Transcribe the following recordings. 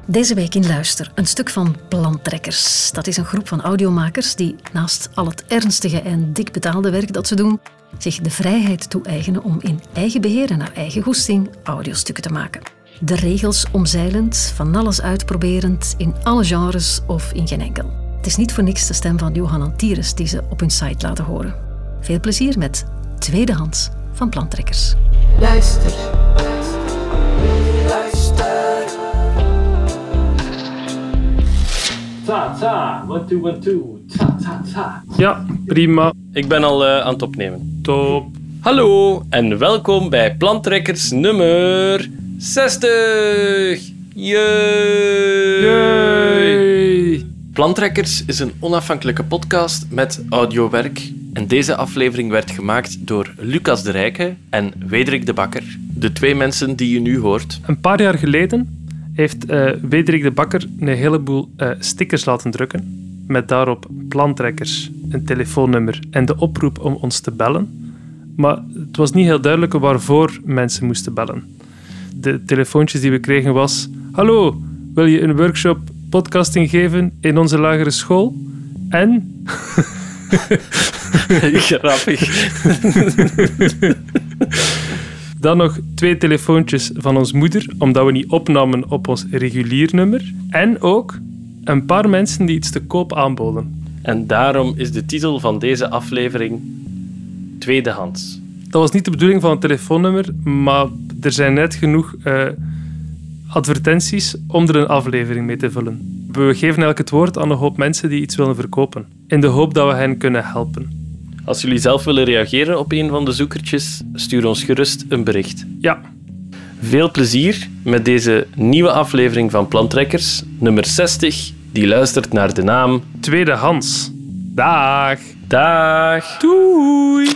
Deze week in Luister, een stuk van Plantrekkers. Dat is een groep van audiomakers die naast al het ernstige en dik betaalde werk dat ze doen, zich de vrijheid toe-eigenen om in eigen beheer en naar eigen goesting audiostukken te maken. De regels omzeilend, van alles uitproberend, in alle genres of in geen enkel. Het is niet voor niks de stem van Johan Antires die ze op hun site laten horen. Veel plezier met Tweedehands van Plantrekkers. Luister. Ta, 1, 2, 1, 2. Ta. Ja, prima. Ik ben al aan het opnemen. Top. Hallo en welkom bij Plantrekkers nummer 60. Yay! Plantrekkers is een onafhankelijke podcast met audiowerk. En deze aflevering werd gemaakt door Lucas de Rijke en Wederik de Bakker. De twee mensen die je nu hoort. Een paar jaar geleden heeft Wederik de Bakker een heleboel stickers laten drukken. Met daarop Plantrekkers, een telefoonnummer en de oproep om ons te bellen. Maar het was niet heel duidelijk waarvoor mensen moesten bellen. De telefoontjes die we kregen was: hallo, wil je een workshop podcasting geven in onze lagere school? En... Grappig. Dan nog 2 telefoontjes van ons moeder, omdat we niet opnamen op ons regulier nummer. En ook een paar mensen die iets te koop aanboden. En daarom is de titel van deze aflevering Tweedehands. Dat was niet de bedoeling van het telefoonnummer, maar er zijn net genoeg advertenties om er een aflevering mee te vullen. We geven eigenlijk het woord aan een hoop mensen die iets willen verkopen, in de hoop dat we hen kunnen helpen. Als jullie zelf willen reageren op een van de zoekertjes, stuur ons gerust een bericht. Ja. Veel plezier met deze nieuwe aflevering van Plantrekkers, nummer 60, die luistert naar de naam Tweedehands. Dag. Dag. Doei.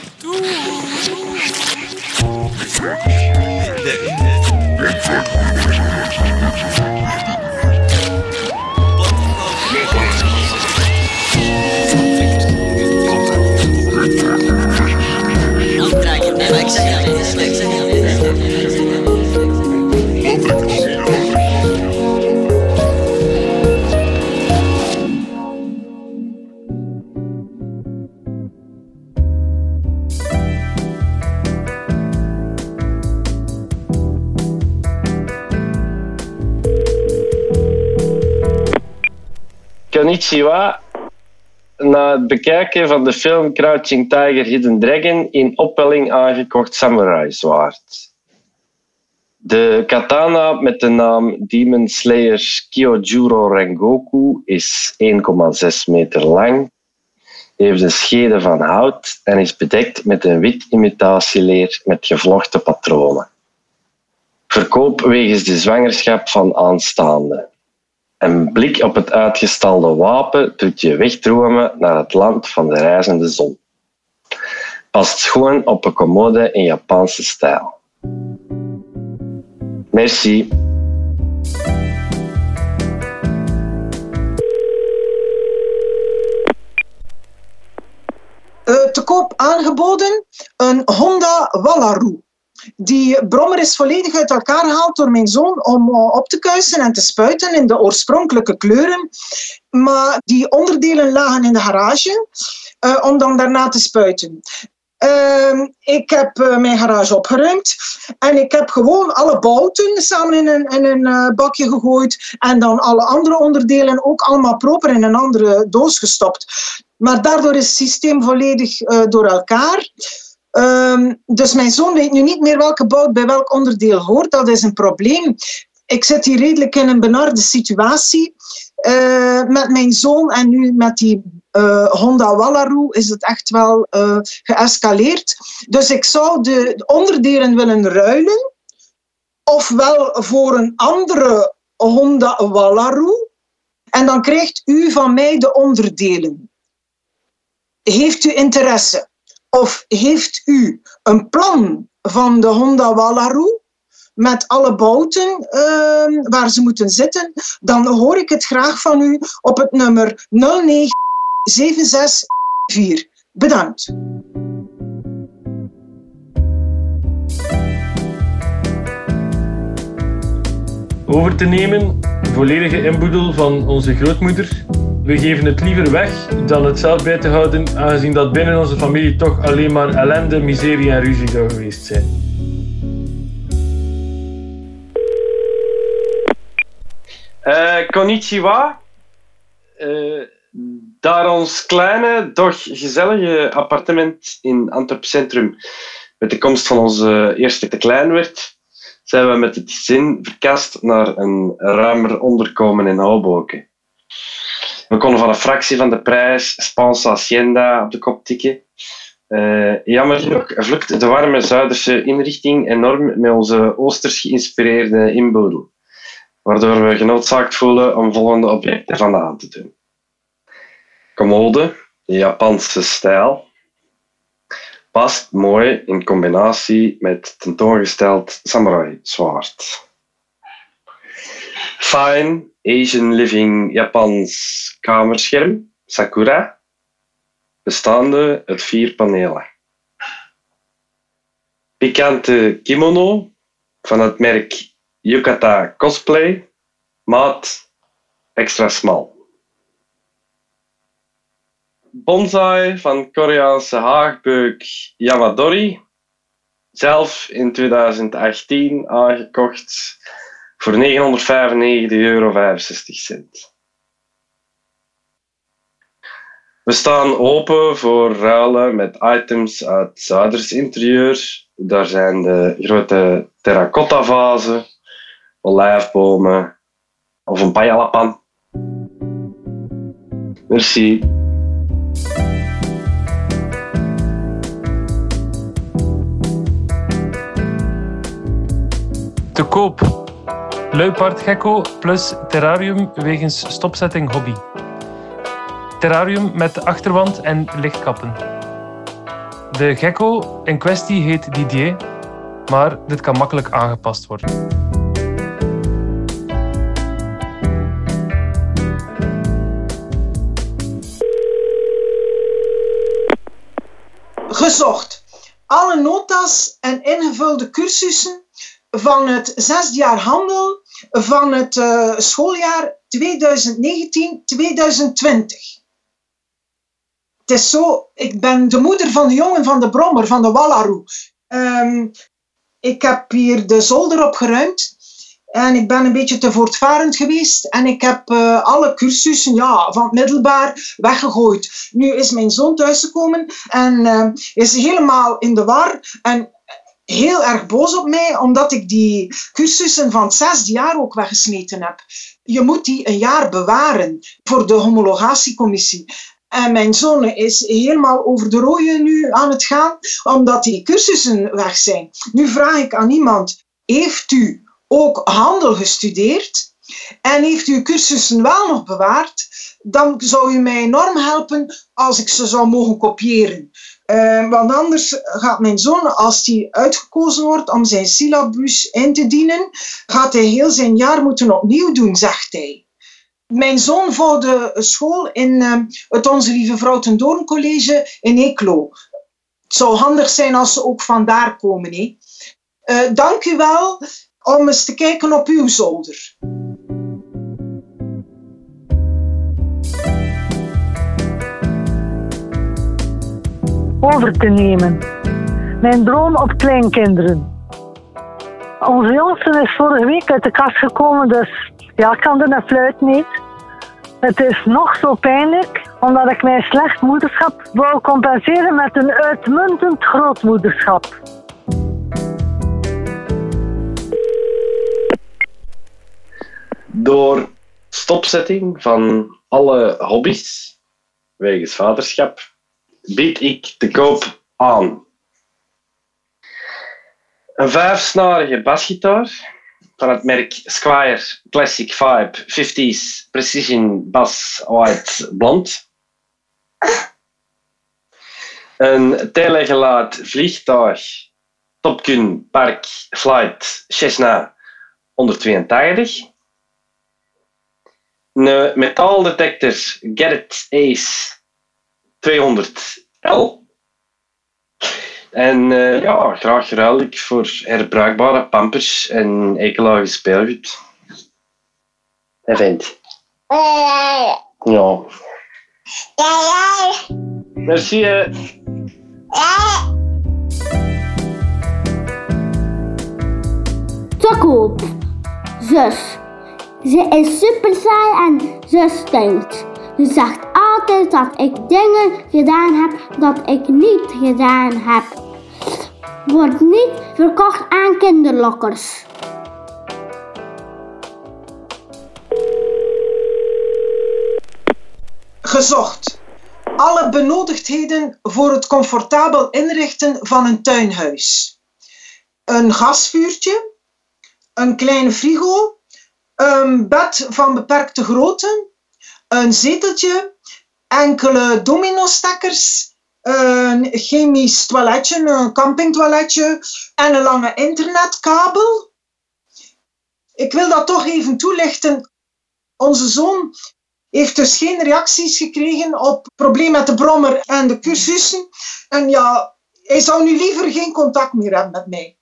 Konnichiwa. Na het bekijken van de film Crouching Tiger, Hidden Dragon in opwelling aangekocht samurai zwaard. De katana met de naam Demon Slayer Kyojuro Rengoku is 1,6 meter lang, heeft een schede van hout en is bedekt met een wit imitatieleer met gevlochten patronen. Verkoop wegens de zwangerschap van aanstaande. Een blik op het uitgestalde wapen doet je wegdromen naar het land van de rijzende zon. Past schoon op een commode in Japanse stijl. Merci. Te koop aangeboden een Honda Wallaroo. Die brommer is volledig uit elkaar gehaald door mijn zoon om op te kuisen en te spuiten in de oorspronkelijke kleuren. Maar die onderdelen lagen in de garage om dan daarna te spuiten. Ik heb mijn garage opgeruimd en ik heb gewoon alle bouten samen in een bakje gegooid en dan alle andere onderdelen ook allemaal proper in een andere doos gestopt. Maar daardoor is het systeem volledig door elkaar. Dus mijn zoon weet nu niet meer welke bout bij welk onderdeel hoort. Dat is een probleem. Ik zit hier redelijk in een benarde situatie met mijn zoon en nu met die Honda Wallaroo is het echt wel geëscaleerd. Dus ik zou de onderdelen willen ruilen, ofwel voor een andere Honda Wallaroo, en dan krijgt u van mij de onderdelen. Heeft u interesse? Of heeft u een plan van de Honda Wallaroo met alle bouten waar ze moeten zitten? Dan hoor ik het graag van u op het nummer 09764. Bedankt. Over te nemen volledige inboedel van onze grootmoeder. We geven het liever weg dan het zelf bij te houden, aangezien dat binnen onze familie toch alleen maar ellende, miserie en ruzie zou geweest zijn. Konnichiwa. Daar ons kleine, doch gezellige appartement in Antwerp Centrum met de komst van onze eerste te klein werd, zijn we met het gezin verkast naar een ruimer onderkomen in Hoboken. We konden van een fractie van de prijs Spaanse Hacienda op de kop tikken. Jammer genoeg vlukt de warme Zuiderse inrichting enorm met onze Oosters geïnspireerde inboedel, waardoor we genoodzaakt voelen om volgende objecten vandaan te doen. Commode, de Japanse stijl, past mooi in combinatie met tentoongesteld samurai-zwaard. Fine Asian Living Japans kamerscherm, Sakura, bestaande uit 4 panelen. Pikante kimono van het merk Yukata Cosplay, maat extra smal. Bonsai van Koreaanse haagbeuk Yamadori, zelf in 2018 aangekocht voor €995,65. We staan open voor ruilen met items uit Zuiders interieur. Daar zijn de grote terracotta vazen, olijfbomen of een payalapan. Merci. Te koop. Luipaardgekko plus terrarium wegens stopzetting hobby. Terrarium met achterwand en lichtkappen. De gekko in kwestie heet Didier, maar dit kan makkelijk aangepast worden. Gezocht. Alle nota's en ingevulde cursussen van het 6 jaar handel van het schooljaar 2019-2020. Het is zo, ik ben de moeder van de jongen van de Brommer, van de Wallaroo. Ik heb hier de zolder opgeruimd en ik ben een beetje te voortvarend geweest en ik heb alle cursussen van het middelbaar weggegooid. Nu is mijn zoon thuisgekomen en is helemaal in de war en heel erg boos op mij, omdat ik die cursussen van het 6e jaar ook weggesmeten heb. Je moet die een jaar bewaren voor de homologatiecommissie. En mijn zoon is helemaal over de rode nu aan het gaan, omdat die cursussen weg zijn. Nu vraag ik aan iemand, heeft u ook handel gestudeerd? En heeft u uw cursussen wel nog bewaard? Dan zou u mij enorm helpen als ik ze zou mogen kopiëren. Want anders gaat mijn zoon, als hij uitgekozen wordt om zijn syllabus in te dienen, gaat hij heel zijn jaar moeten opnieuw doen, zegt hij. Mijn zoon volgde school in het Onze Lieve Vrouw ten Doorn College in Eeklo. Het zou handig zijn als ze ook vandaar komen. Dank u wel om eens te kijken op uw zolder. Over te nemen. Mijn droom op kleinkinderen. Onze jongste is vorige week uit de kast gekomen, dus ja, ik kan de fluit niet. Het is nog zo pijnlijk, omdat ik mijn slecht moederschap wou compenseren met een uitmuntend grootmoederschap. Door stopzetting van alle hobby's wegens vaderschap bied ik te koop aan een 5-snarige basgitaar van het merk Squier Classic Vibe 50s Precision Bass White Blonde, een telegelaad vliegtuig Top Gun Park Flight Cessna 182, een metaaldetector Garrett Ace 200L. En graag ruil ik voor herbruikbare pampers en ecologisch speelgoed. Hij vindt. Ja. Merci. Te koop. Zus. Ze is super saai en ze stinkt. Ze zegt altijd dat ik dingen gedaan heb dat ik niet gedaan heb. Wordt niet verkocht aan kinderlokkers. Gezocht. Alle benodigdheden voor het comfortabel inrichten van een tuinhuis. Een gasvuurtje, een kleine frigo, een bed van beperkte grootte, een zeteltje, enkele domino-stekkers, een chemisch toiletje, een campingtoiletje en een lange internetkabel. Ik wil dat toch even toelichten. Onze zoon heeft dus geen reacties gekregen op het probleem met de brommer en de cursussen. En ja, hij zou nu liever geen contact meer hebben met mij.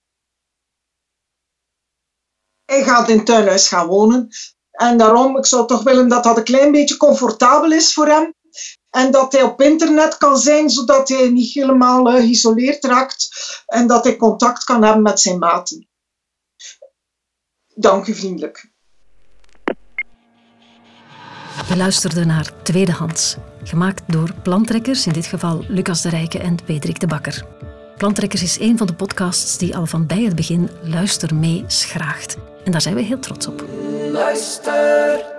Hij gaat in het tuinhuis gaan wonen. En daarom, ik zou toch willen dat dat een klein beetje comfortabel is voor hem. En dat hij op internet kan zijn, zodat hij niet helemaal geïsoleerd raakt. En dat hij contact kan hebben met zijn maten. Dank u vriendelijk. We luisterden naar Tweedehands, gemaakt door Plantrekkers, in dit geval Lucas de Rijke en Wederik de Bakker. Plantrekkers is een van de podcasts die al van bij het begin Luister mee schraagt. En daar zijn we heel trots op. Luister